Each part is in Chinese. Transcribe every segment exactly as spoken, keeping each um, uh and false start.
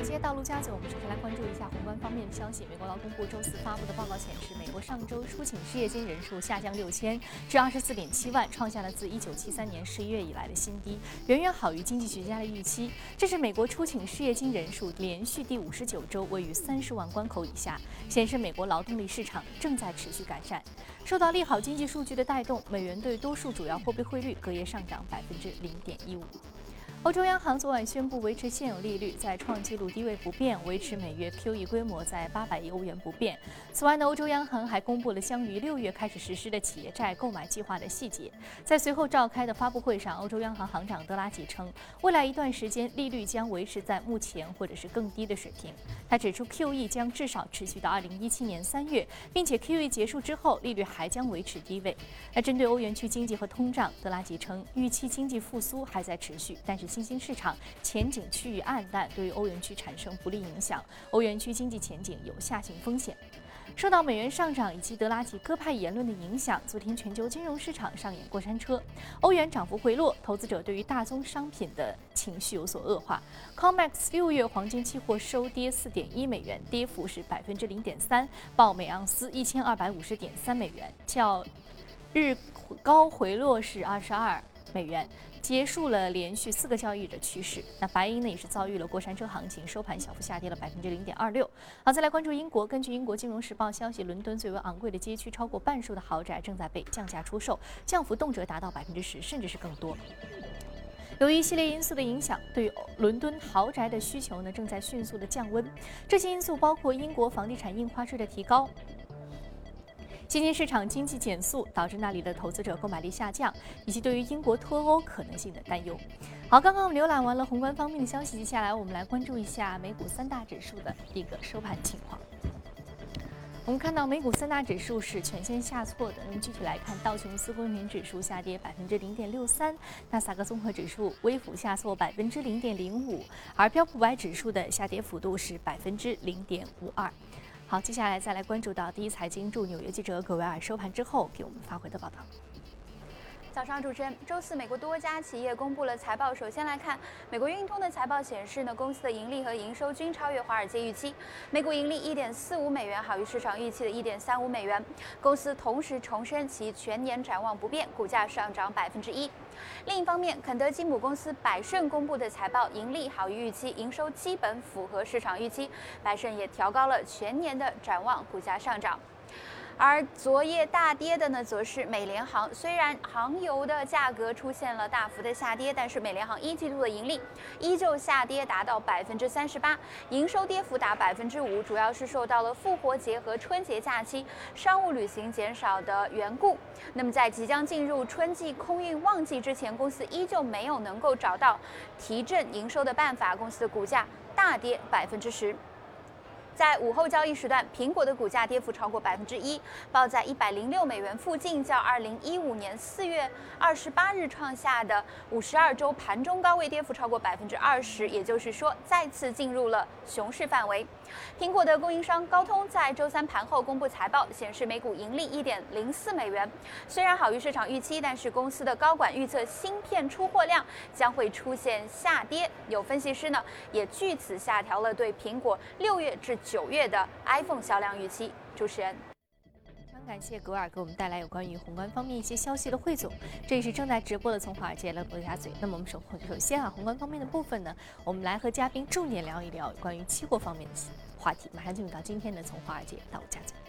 一些道路加嘴，我们首先来关注一下宏观方面的消息。美国劳工部周四发布的报告显示，美国上周出请失业金人数下降六千至二十四点七万，创下了自一九七三年十一月以来的新低，远远好于经济学家的预期。这是美国出请失业金人数连续第五十九周位于三十万关口以下，显示美国劳动力市场正在持续改善。受到利好经济数据的带动，美元对多数主要货币汇率隔夜上涨百分之零点一五。欧洲央行昨晚宣布维持现有利率在创纪录低位不变，维持每月 Q E 规模在八百亿欧元不变。此外呢，欧洲央行还公布了将于六月开始实施的企业债购买计划的细节。在随后召开的发布会上，欧洲央行行长德拉吉称，未来一段时间利率将维持在目前或者是更低的水平。他指出 ，Q E 将至少持续到二零一七年三月，并且 Q E 结束之后，利率还将维持低位。那针对欧元区经济和通胀，德拉吉称，预期经济复苏还在持续，但是新兴市场前景趋于暗淡，对于欧元区产生不利影响，欧元区经济前景有下行风险。受到美元上涨以及德拉吉鸽派言论的影响，昨天全球金融市场上演过山车，欧元涨幅回落，投资者对于大宗商品的情绪有所恶化。C O M E X 六月黄金期货收跌四点一美元，跌幅是百分之零点三，报每盎司一千二百五十点三美元，较日高回落是二十二美元。结束了连续四个交易日的趋势。那白银呢也是遭遇了过山车行情，收盘小幅下跌了百分之零点二六。好，再来关注英国。根据英国金融时报消息，伦敦最为昂贵的街区，超过半数的豪宅正在被降价出售，降幅动辄达到百分之十，甚至是更多。由于一系列因素的影响，对于伦敦豪宅的需求呢正在迅速的降温。这些因素包括英国房地产印花税的提高。新兴市场经济减速导致那里的投资者购买力下降，以及对于英国脱欧可能性的担忧。好，刚刚我们浏览完了宏观方面的消息，接下来我们来关注一下美股三大指数的一个收盘情况。我们看到美股三大指数是全线下挫的。那么具体来看，道琼斯工业平指数下跌百分之零点六三，纳斯达克综合指数微幅下挫百分之零点零五，而标普五百指数的下跌幅度是百分之零点五二。好，接下来再来关注到第一财经驻纽约记者葛维尔收盘之后给我们发回的报道。 早上，主持人，周四美国多家企业公布了财报。首先来看，美国运通的财报显示呢，公司的盈利和营收均超越华尔街预期。每股盈利一点四五美元，好于市场预期的一点三五美元。公司同时重申其全年展望不变，股价上涨百分之一。另一方面，肯德基母公司百胜公布的财报盈利好于预期，营收基本符合市场预期。百胜也调高了全年的展望，股价上涨。而昨夜大跌的呢，则是美联航。虽然航油的价格出现了大幅的下跌，但是美联航一季度的盈利依旧下跌，达到百分之三十八，营收跌幅达百分之五，主要是受到了复活节和春节假期商务旅行减少的缘故。那么在即将进入春季空运旺季之前，公司依旧没有能够找到提振营收的办法，公司的股价大跌百分之十。在午后交易时段，苹果的股价跌幅超过百分之一，报在一百零六美元附近，较二零一五年四月二十八日创下的五十二周盘中高位跌幅超过百分之二十，也就是说再次进入了熊市范围。苹果的供应商高通在周三盘后公布财报，显示每股盈利一点零四美元，虽然好于市场预期，但是公司的高管预测芯片出货量将会出现下跌。有分析师呢也据此下调了对苹果六月至九月的 iPhone 销量预期。主持人， 非常感谢格尔给我们带来有关于宏观方面一些消息的汇总。这里是正在直播的从华尔街来到家嘴。那么我们首首先啊，宏观方面的部分呢，我们来和嘉宾重点聊一聊关于期货方面的话题。马上进入到今天的从华尔街到家嘴。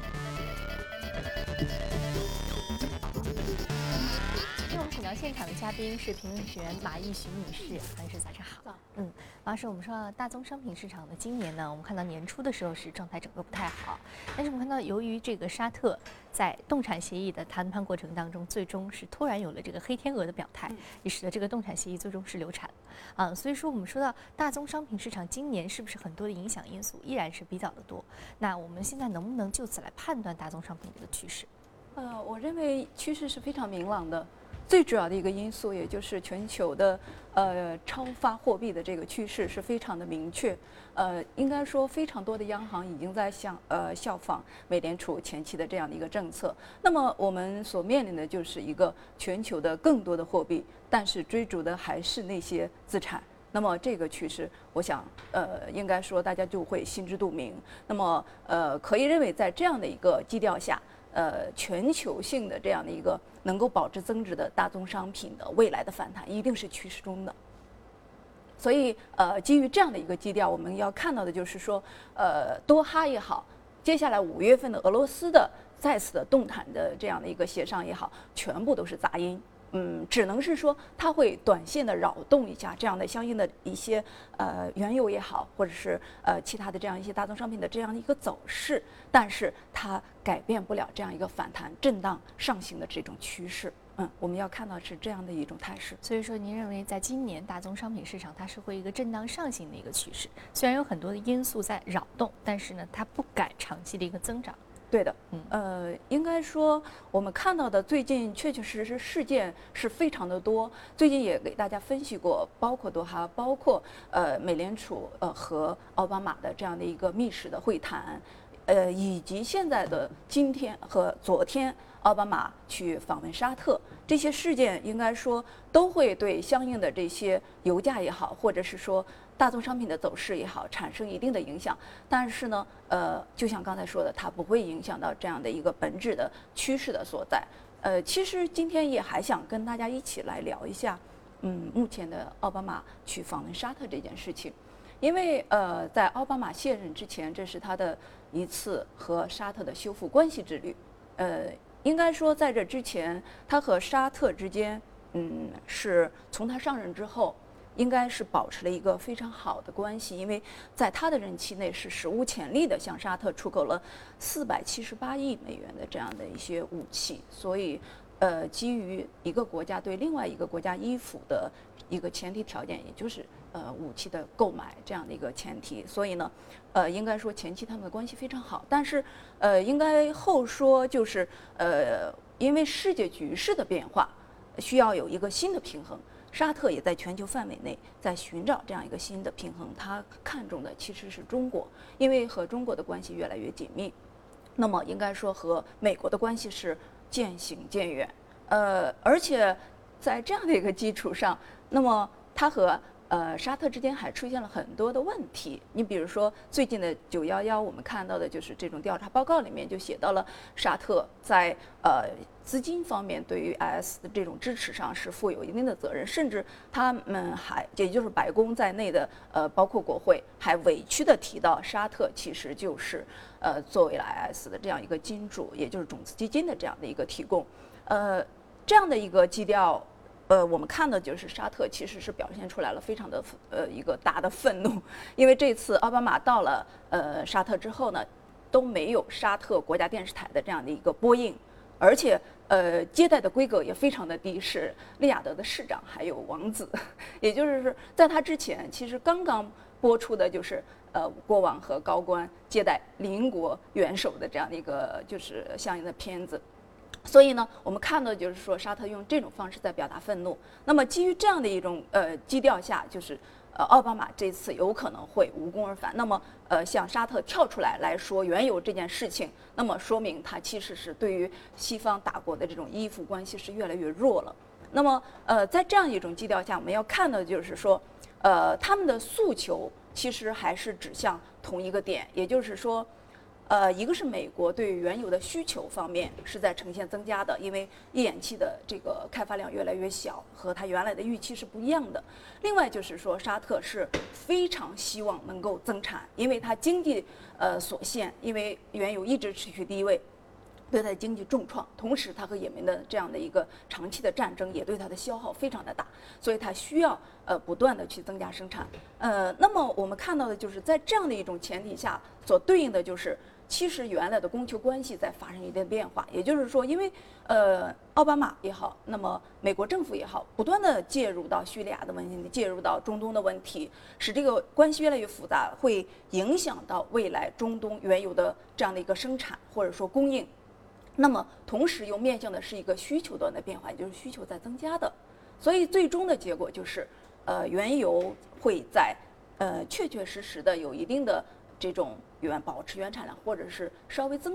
今天我们请到现场的嘉宾是评论员马毅徐女士，马女士早上好。嗯，马老师，我们说大宗商品市场的今年呢，我们看到年初的时候是状态整个不太好，但是我们看到由于这个沙特在动产协议的谈判过程当中，最终是突然有了这个黑天鹅的表态，也使得这个动产协议最终是流产了。啊，所以说我们说到大宗商品市场今年是不是很多的影响因素依然是比较的多？那我们现在能不能就此来判断大宗商品这个趋势？ 呃，我认为趋势是非常明朗的。最主要的一个因素，也就是全球的呃超发货币的这个趋势是非常的明确。呃，应该说非常多的央行已经在向呃效仿美联储前期的这样的一个政策。那么我们所面临的就是一个全球的更多的货币，但是追逐的还是那些资产。 那么这个趋势，我想呃应该说大家就会心知肚明。那么呃可以认为在这样的一个基调下，呃全球性的这样的一个能够保持增值的大宗商品的未来的反弹一定是趋势中的。所以呃基于这样的一个基调，我们要看到的就是说，呃多哈也好，接下来五月份的俄罗斯的再次的动弹的这样的一个协商也好，全部都是杂音。嗯，只能是说它会短线的扰动一下这样的相应的一些呃原油也好，或者是呃其他的这样一些大宗商品的这样一个走势，但是它改变不了这样一个反弹震荡上行的这种趋势。嗯，我们要看到是这样的一种态势。 所以说，您认为在今年大宗商品市场它是会一个震荡上行的一个趋势，虽然有很多的因素在扰动，但是呢，它不改长期的一个增长。 对的，嗯，呃，应该说我们看到的最近确确实实事件是非常的多。最近也给大家分析过，包括多哈，包括呃美联储呃和奥巴马的这样的一个密室的会谈，呃，以及现在的今天和昨天奥巴马去访问沙特，这些事件应该说都会对相应的这些油价也好，或者是说大宗商品的走势也好，产生一定的影响。但是呢，呃，就像刚才说的，它不会影响到这样的一个本质的趋势的所在。呃，其实今天也还想跟大家一起来聊一下，嗯，目前的奥巴马去访问沙特这件事情，因为呃，在奥巴马卸任之前，这是他的一次和沙特的修复关系之旅。呃，应该说在这之前，他和沙特之间，嗯，是从他上任之后，应该是保持了一个非常好的关系，因为在他的任期内是史无前例的向沙特出口了四百七十八亿美元的这样的一些武器，所以呃，基于一个国家对另外一个国家依附的一个前提条件，也就是呃武器的购买这样的一个前提，所以呢，呃，应该说前期他们的关系非常好，但是呃，应该后说就是呃，因为世界局势的变化，需要有一个新的平衡。沙特也在全球范围内在寻找这样一个新的平衡，他看重的其实是中国，因为和中国的关系越来越紧密，那么应该说和美国的关系是渐行渐远。呃，而且在这样的一个基础上，那么他和呃沙特之间还出现了很多的问题。你比如说最近的九一一，我们看到的就是这种调查报告里面就写到了沙特在呃资金方面对于 I S 的这种支持上是负有一定的责任，甚至他们还也就是白宫在内的呃包括国会还委屈的提到沙特其实就是呃作为了 I S 的这样一个金主，也就是种子基金的这样的一个提供，呃这样的一个基调。呃，我们看到就是沙特其实是表现出来了非常的呃一个大的愤怒，因为这次奥巴马到了呃沙特之后呢，都没有沙特国家电视台的这样的一个播映，而且呃接待的规格也非常的低，是利雅得的市长还有王子，也就是在他之前，其实刚刚播出的就是呃国王和高官接待邻国元首的这样的一个就是相应的片子。所以呢，我们看到就是说，沙特用这种方式在表达愤怒。那么基于这样的一种呃基调下，就是呃奥巴马这次有可能会无功而返。那么呃向沙特跳出来来说原油这件事情，那么说明他其实是对于西方大国的这种依附关系是越来越弱了。那么呃在这样一种基调下，我们要看到的就是说，呃他们的诉求其实还是指向同一个点，也就是说。呃，一个是美国对原油的需求方面是在呈现增加的，因为页岩气的这个开发量越来越小，和它原来的预期是不一样的。另外就是说，沙特是非常希望能够增产，因为它经济呃所限，因为原油一直持续低位，对它的经济重创。同时，它和也门的这样的一个长期的战争也对它的消耗非常的大，所以它需要呃不断的去增加生产。呃，那么我们看到的就是在这样的一种前提下，所对应的就是。其实原来的供求关系在发生一定变化，也就是说，因为呃奥巴马也好，那么美国政府也好，不断的介入到叙利亚的问题，介入到中东的问题，使这个关系越来越复杂，会影响到未来中东原油的这样的一个生产或者说供应。那么同时又面向的是一个需求端的变化，也就是需求在增加的，所以最终的结果就是，呃原油会在呃确确实实的有一定的。这种原保持原产量，或者是稍微增加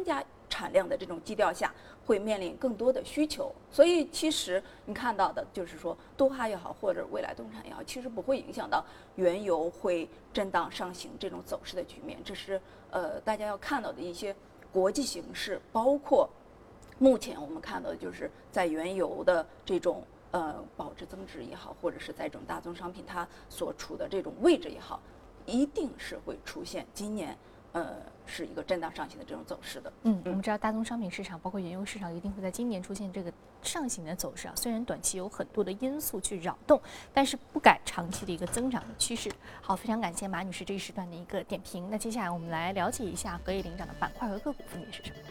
产量的这种基调下，会面临更多的需求。所以其实你看到的就是说，多哈也好，或者未来动产也好，其实不会影响到原油会震荡上行这种走势的局面。这是呃大家要看到的一些国际形势，包括目前我们看到的就是在原油的这种呃保值增值也好，或者是在这种大宗商品它所处的这种位置也好，一定是会出现今年呃是一个震荡上行的这种走势的。 嗯，我们知道大宗商品市场包括原油市场一定会在今年出现这个上行的走势啊。虽然短期有很多的因素去扰动，但是不改长期的一个增长的趋势。好，非常感谢马女士这一时段的一个点评。那接下来我们来了解一下隔夜领涨的板块和个股分别是什么。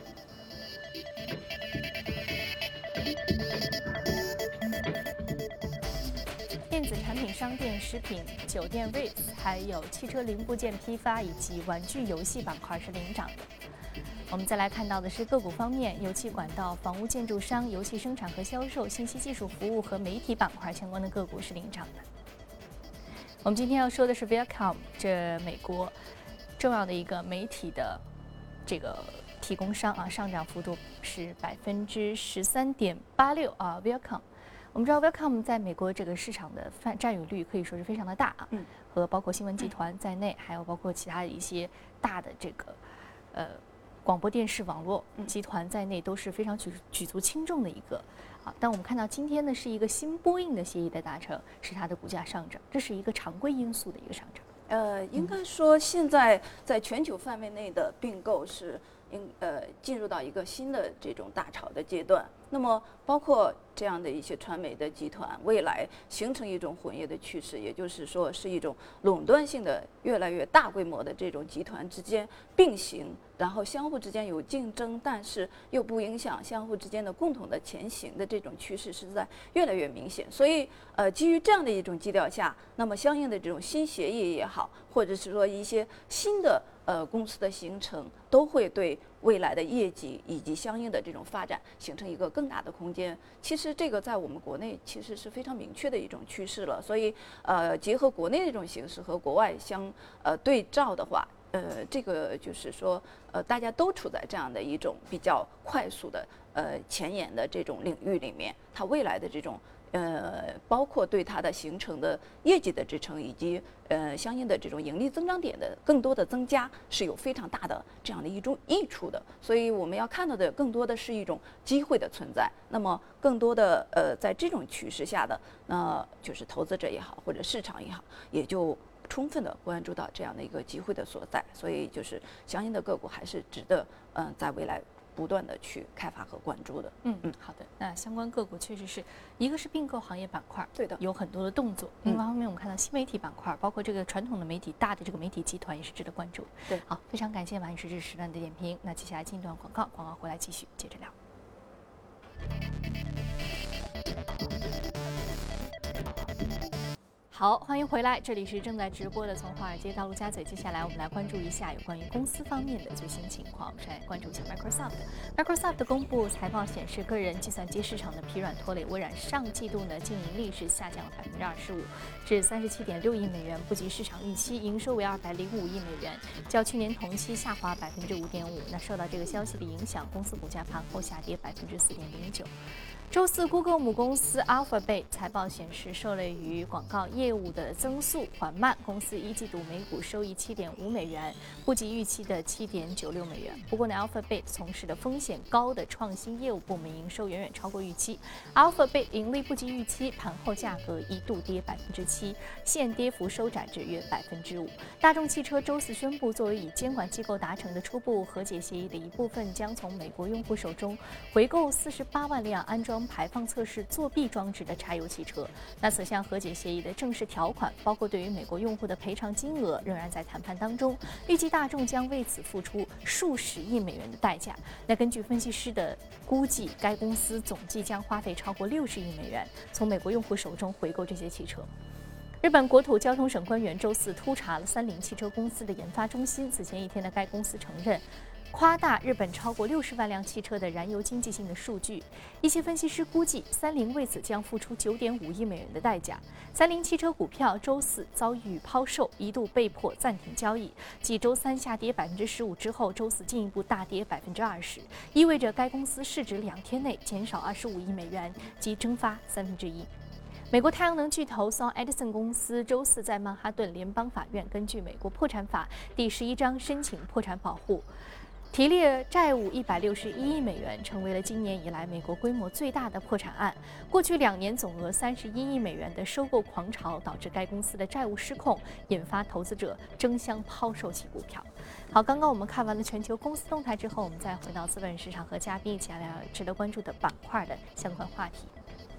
电子产品、商店、食品、酒店 R E I T S， 还有汽车零部件批发以及玩具游戏板块是领涨的。我们再来看到的是个股方面，油气管道、房屋建筑商、油气生产和销售、信息技术服务和媒体板块相关的个股是领涨的。我们今天要说的是 Viacom， 这美国重要的一个媒体的这个提供商啊，上涨幅度是百分之十三点八六啊 ，Viacom。我们知道 Viacom 在美国这个市场的占占有率可以说是非常的大啊， 嗯， 和包括新闻集团在内，还有包括其他的一些大的这个呃广播电视网络集团在内，都是非常举举足轻重的一个啊。但我们看到今天呢，是一个新波音的协议的达成，使它的股价上涨，这是一个常规因素的一个上涨。 呃，应该说现在在全球范围内的并购是应呃进入到一个新的这种大潮的阶段。那么包括这样的一些传媒的集团，未来形成一种混业的趋势，也就是说是一种垄断性的越来越大规模的这种集团之间并行，然后相互之间有竞争，但是又不影响相互之间的共同的前行的这种趋势是在越来越明显。所以呃，基于这样的一种基调下，那么相应的这种新协议也好，或者是说一些新的呃公司的形成，都会对未来的业绩以及相应的这种发展形成一个更大的空间。其实这个在我们国内其实是非常明确的一种趋势了。所以呃，结合国内的这种形势和国外相呃对照的话，呃，这个就是说呃，大家都处在这样的一种比较快速的呃前沿的这种领域里面，它未来的这种。呃，包括对它的形成的业绩的支撑，以及呃相应的这种盈利增长点的更多的增加，是有非常大的这样的一种益处的。所以我们要看到的更多的是一种机会的存在。那么更多的呃在这种趋势下的，那就是投资者也好，或者市场也好，也就充分的关注到这样的一个机会的所在。所以就是相应的个股还是值得嗯、呃、在未来不断的去开发和关注的。 嗯嗯，好的。那相关个股确实是一个是并购行业板块， 对的， 有很多的动作。另外一方面，我们看到新媒体板块，包括这个传统的媒体、大的这个媒体集团也是值得关注。 对， 好，非常感谢马女士这时段的点评。那接下来进一段广告，广告回来继续接着聊。好，欢迎回来，这里是正在直播的从华尔街到陆家嘴。接下来我们来关注一下有关于公司方面的最新情况。我们先来关注一下 Microsoft。Microsoft 公布财报显示，个人计算机市场的疲软拖累微软上季度呢净盈利是下降了百分之二十五，至三十七点六亿美元，不及市场预期，营收为二百零五亿美元，较去年同期下滑百分之五点五。那受到这个消息的影响，公司股价盘后下跌百分之四点零九。周四 ，Google 母公司 Alphabet 财报显示，受累于广告业务的增速缓慢，公司一季度每股收益七点五美元，不及预期的七点九六美元。不过呢 ，Alphabet 从事的风险高的创新业务部门营收远远超过预期 ，Alphabet 盈利不及预期，盘后价格一度跌百分之七，现跌幅收窄至约百分之五。大众汽车周四宣布，作为与监管机构达成的初步和解协议的一部分，将从美国用户手中回购四十八万辆安装排放测试作弊装置的柴油汽车。那此项和解协议的正式条款包括对于美国用户的赔偿金额仍然在谈判当中，预计大众将为此付出数十亿美元的代价。那根据分析师的估计，该公司总计将花费超过六十亿美元从美国用户手中回购这些汽车。日本国土交通省官员周四突查了三菱汽车公司的研发中心。此前一天的该公司承认， 夸大日本超过六十万辆汽车的燃油经济性的数据。一些分析师估计，三菱为此将付出九点五亿美元的代价。三菱汽车股票周四遭遇抛售，一度被迫暂停交易。继周三下跌百分之十五之后，周四进一步大跌百分之二十，意味着该公司市值两天内减少二十五亿美元，即蒸发三分之一。美国太阳能巨头 Sun Edison 公司周四在曼哈顿联邦法院根据美国破产法第十一章申请破产保护，提列债务一百六十一亿美元，成为了今年以来美国规模最大的破产案。过去两年总额三十一亿美元的收购狂潮，导致该公司的债务失控，引发投资者争相抛售其股票。好，刚刚我们看完了全球公司动态之后，我们再回到资本市场，和嘉宾一起来聊聊值得关注的板块的相关话题。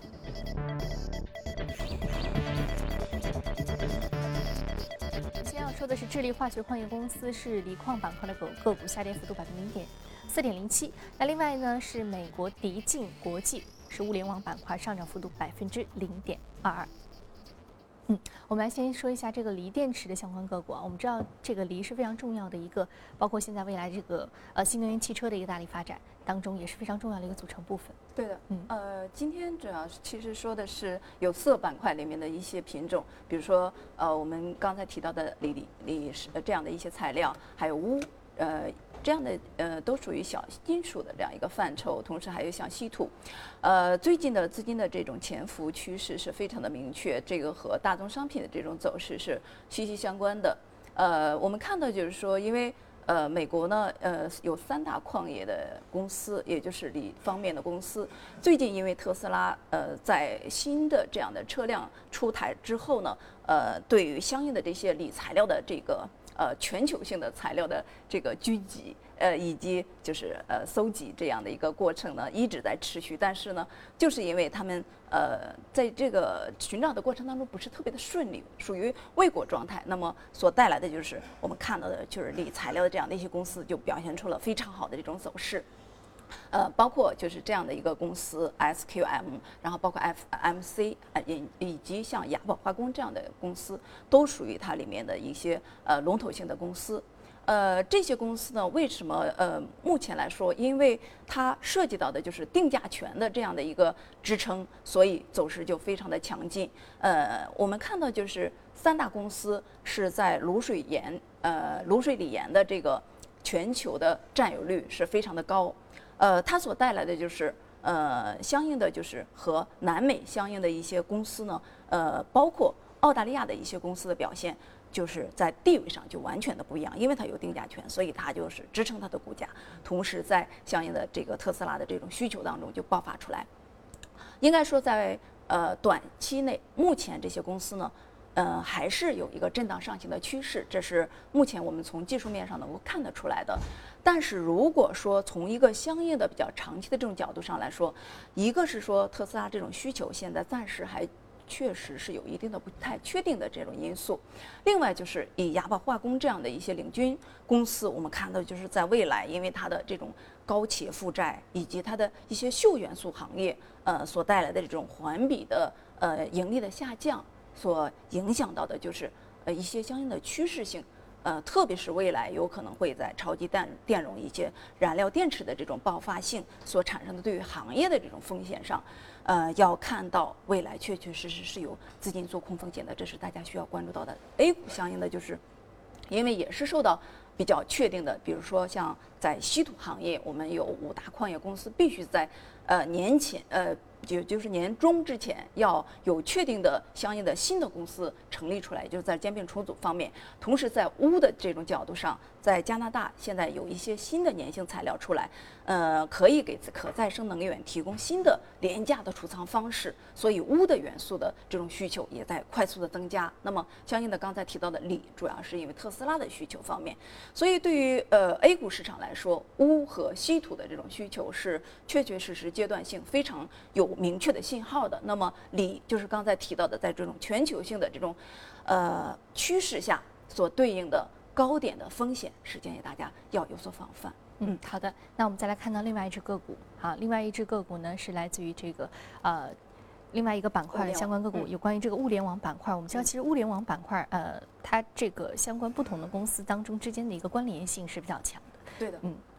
先要说的是，智利化学矿业公司是锂矿板块的个个股下跌幅度百分之零点四点零七。那另外呢是美国迪进国际是物联网板块上涨幅度百分之零点二二。嗯，我们来先说一下这个锂电池的相关个股啊。我们知道这个锂是非常重要的一个，包括现在未来这个呃新能源汽车的一个大力发展当中，也是非常重要的一个组成部分。 对的，嗯，呃，今天主要是其实说的是有色板块里面的一些品种，比如说呃我们刚才提到的锂锂锂是这样的一些材料，还有钨，呃。这样的呃都属于小金属的这样一个范畴，同时还有像稀土，呃最近的资金的这种潜伏趋势是非常的明确，这个和大宗商品的这种走势是息息相关的。呃，我们看到就是说，因为呃美国呢呃有三大矿业的公司，也就是锂方面的公司，最近因为特斯拉呃在新的这样的车辆出台之后呢，呃对于相应的这些锂材料的这个。呃，全球性的材料的这个聚集，呃，以及就是呃搜集这样的一个过程呢，一直在持续。但是呢，就是因为他们呃在这个寻找的过程当中不是特别的顺利，属于未果状态。那么所带来的就是我们看到的就是锂材料的这样的一些公司就表现出了非常好的这种走势。呃，包括就是这样的一个公司 S Q M， 然后包括 F M C， 呃，以以及像雅宝化工这样的公司，都属于它里面的一些呃龙头性的公司。呃，这些公司呢，为什么呃目前来说，因为它涉及到的就是定价权的这样的一个支撑，所以走势就非常的强劲。呃，我们看到就是三大公司是在卤水盐呃卤水锂盐的这个全球的占有率是非常的高。呃，它所带来的就是呃，相应的就是和南美相应的一些公司呢，呃，包括澳大利亚的一些公司的表现，就是在地位上就完全的不一样，因为它有定价权，所以它就是支撑它的股价，同时在相应的这个特斯拉的这种需求当中就爆发出来。应该说在呃短期内，目前这些公司呢。呃，还是有一个震荡上行的趋势，这是目前我们从技术面上能够看得出来的。但是如果说从一个相应的比较长期的这种角度上来说，一个是说特斯拉这种需求现在暂时还确实是有一定的不太确定的这种因素，另外就是以雅宝化工这样的一些领军公司，我们看到就是在未来，因为它的这种高企业负债以及它的一些溴元素行业，呃所带来的这种环比的呃盈利的下降。所影响到的就是呃一些相应的趋势性，呃特别是未来有可能会在超级电电容一些燃料电池的这种爆发性所产生的对于行业的这种风险上，呃要看到未来确确实实是有资金做空风险的，这是大家需要关注到的。A 股相应的就是，因为也是受到比较确定的，比如说像在稀土行业，我们有五大矿业公司必须在呃年前呃。就就是年中之前要有确定的相应的新的公司成立出来，就是在兼并重组方面，同时在钨的这种角度上，在加拿大现在有一些新的粘性材料出来，呃，可以给可再生能源提供新的廉价的储藏方式，所以钨的元素的这种需求也在快速的增加。那么相应的刚才提到的锂，主要是因为特斯拉的需求方面，所以对于呃 A 股市场来说，钨和稀土的这种需求是确确实实阶段性非常有明确的信号的。那么锂就是刚才提到的，在这种全球性的这种呃趋势下所对应的高点的风险，是建议大家要有所防范。 嗯，好的。那我们再来看到另外一只个股，好，另外一只个股呢是来自于这个呃另外一个板块的相关个股，有关于这个物联网板块。我们知道，其实物联网板块呃它这个相关不同的公司当中之间的一个关联性是比较强的。 对的， 嗯，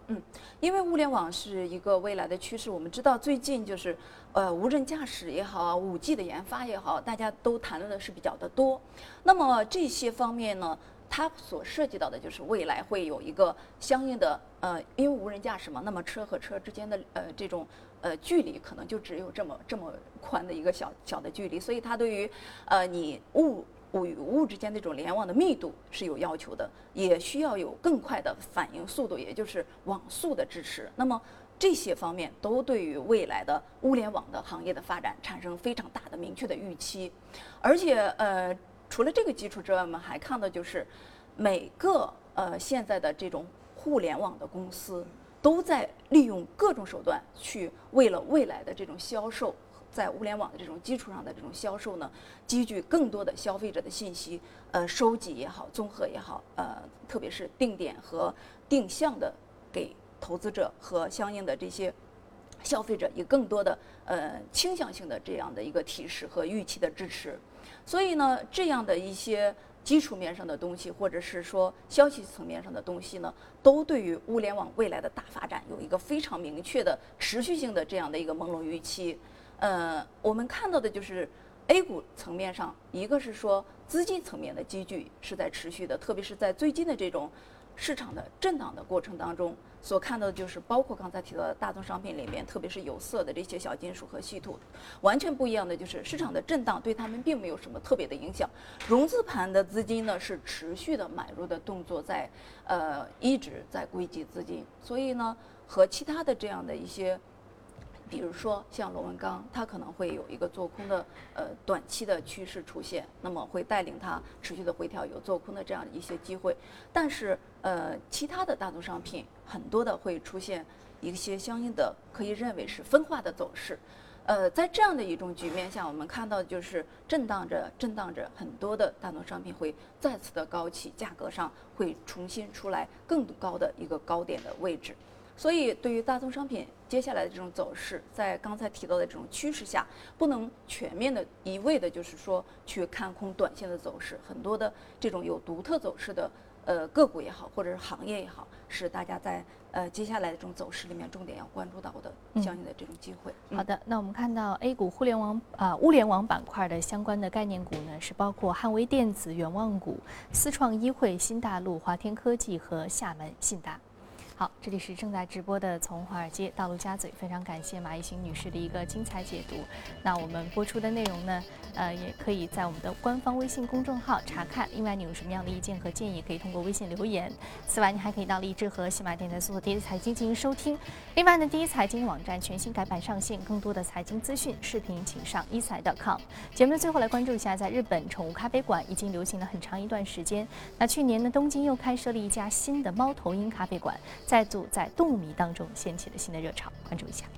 嗯，因为物联网是一个未来的趋势，我们知道最近就是呃无人驾驶也好，五 G 的研发也好，大家都谈论的是比较的多。那么这些方面呢，它所涉及到的就是未来会有一个相应的呃，因为无人驾驶嘛，那么车和车之间的呃这种呃距离可能就只有这么这么宽的一个小小的距离，所以它对于呃你物物与物之间这种联网的密度是有要求的，也需要有更快的反应速度，也就是网速的支持。那么这些方面都对于未来的物联网的行业的发展产生非常大的明确的预期。而且呃，除了这个基础之外，我们还看到就是每个呃现在的这种互联网的公司都在利用各种手段去为了未来的这种销售，在物联网的这种基础上的这种销售呢，积聚更多的消费者的信息，呃，收集也好，综合也好，呃，特别是定点和定向的给投资者和相应的这些消费者以更多的呃倾向性的这样的一个提示和预期的支持。所以呢，这样的一些基础面上的东西，或者是说消息层面上的东西呢，都对于物联网未来的大发展有一个非常明确的持续性的这样的一个朦胧预期。呃，我们看到的就是 A 股层面上，一个是说资金层面的积聚是在持续的，特别是在最近的这种市场的震荡的过程当中，所看到的就是包括刚才提到的大宗商品里面，特别是有色的这些小金属和稀土，完全不一样的就是市场的震荡对他们并没有什么特别的影响。融资盘的资金呢是持续的买入的动作在，呃一直在归集资金，所以呢和其他的这样的一些。比如说像螺纹钢，它可能会有一个做空的呃短期的趋势出现，那么会带领它持续的回调，有做空的这样的一些机会。但是呃其他的大宗商品很多的会出现一些相应的可以认为是分化的走势。呃，在这样的一种局面下，我们看到就是震荡着震荡着，很多的大宗商品会再次的高起，价格上会重新出来更高的一个高点的位置。所以，对于大宗商品接下来的这种走势，在刚才提到的这种趋势下，不能全面的一味的，就是说去看空短线的走势。很多的这种有独特走势的呃个股也好，或者是行业也好，是大家在呃接下来的这种走势里面重点要关注到的相应的这种机会。 嗯、好的，那我们看到 A 股互联网啊、呃、物联网板块的相关的概念股呢，是包括汉威电子、远望股、思创医汇、新大陆、华天科技和厦门信达。好，这里是正在直播的从华尔街到陆家嘴，非常感谢马一行女士的一个精彩解读。那我们播出的内容呢，呃，也可以在我们的官方微信公众号查看。另外，你有什么样的意见和建议，可以通过微信留言。此外，你还可以到荔枝和喜马电台搜索第一财经进行收听。另外呢，第一财经网站全新改版上线，更多的财经资讯、视频，请上一财 点 com。节目的最后来关注一下，在日本宠物咖啡馆已经流行了很长一段时间。那去年呢，东京又开设了一家新的猫头鹰咖啡馆。再度在动物迷当中掀起了新的热潮，关注一下。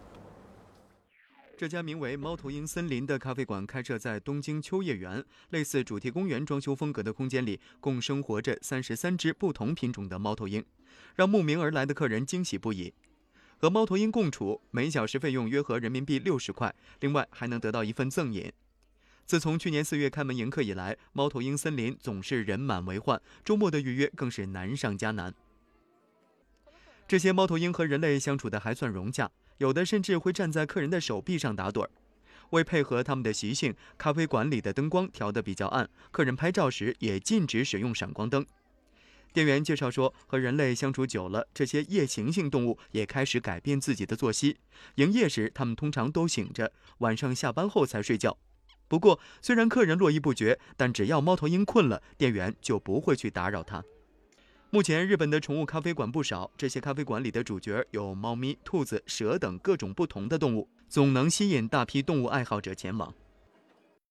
这家名为猫头鹰森林的咖啡馆开设在东京秋叶原，类似主题公园装修风格的空间里，共生活着三十三只不同品种的猫头鹰，让慕名而来的客人惊喜不已。和猫头鹰共处，每小时费用约合人民币六十块，另外还能得到一份赠饮。自从去年四月开门迎客以来，猫头鹰森林总是人满为患，周末的预约更是难上加难。这些猫头鹰和人类相处的还算融洽，有的甚至会站在客人的手臂上打盹儿。为配合它们的习性，咖啡馆里的灯光调得比较暗，客人拍照时也禁止使用闪光灯。店员介绍说，和人类相处久了，这些夜行性动物也开始改变自己的作息。营业时，它们通常都醒着，晚上下班后才睡觉。不过，虽然客人络绎不绝，但只要猫头鹰困了，店员就不会去打扰它。目前，日本的宠物咖啡馆不少，这些咖啡馆里的主角有猫咪、兔子、蛇等各种不同的动物，总能吸引大批动物爱好者前往。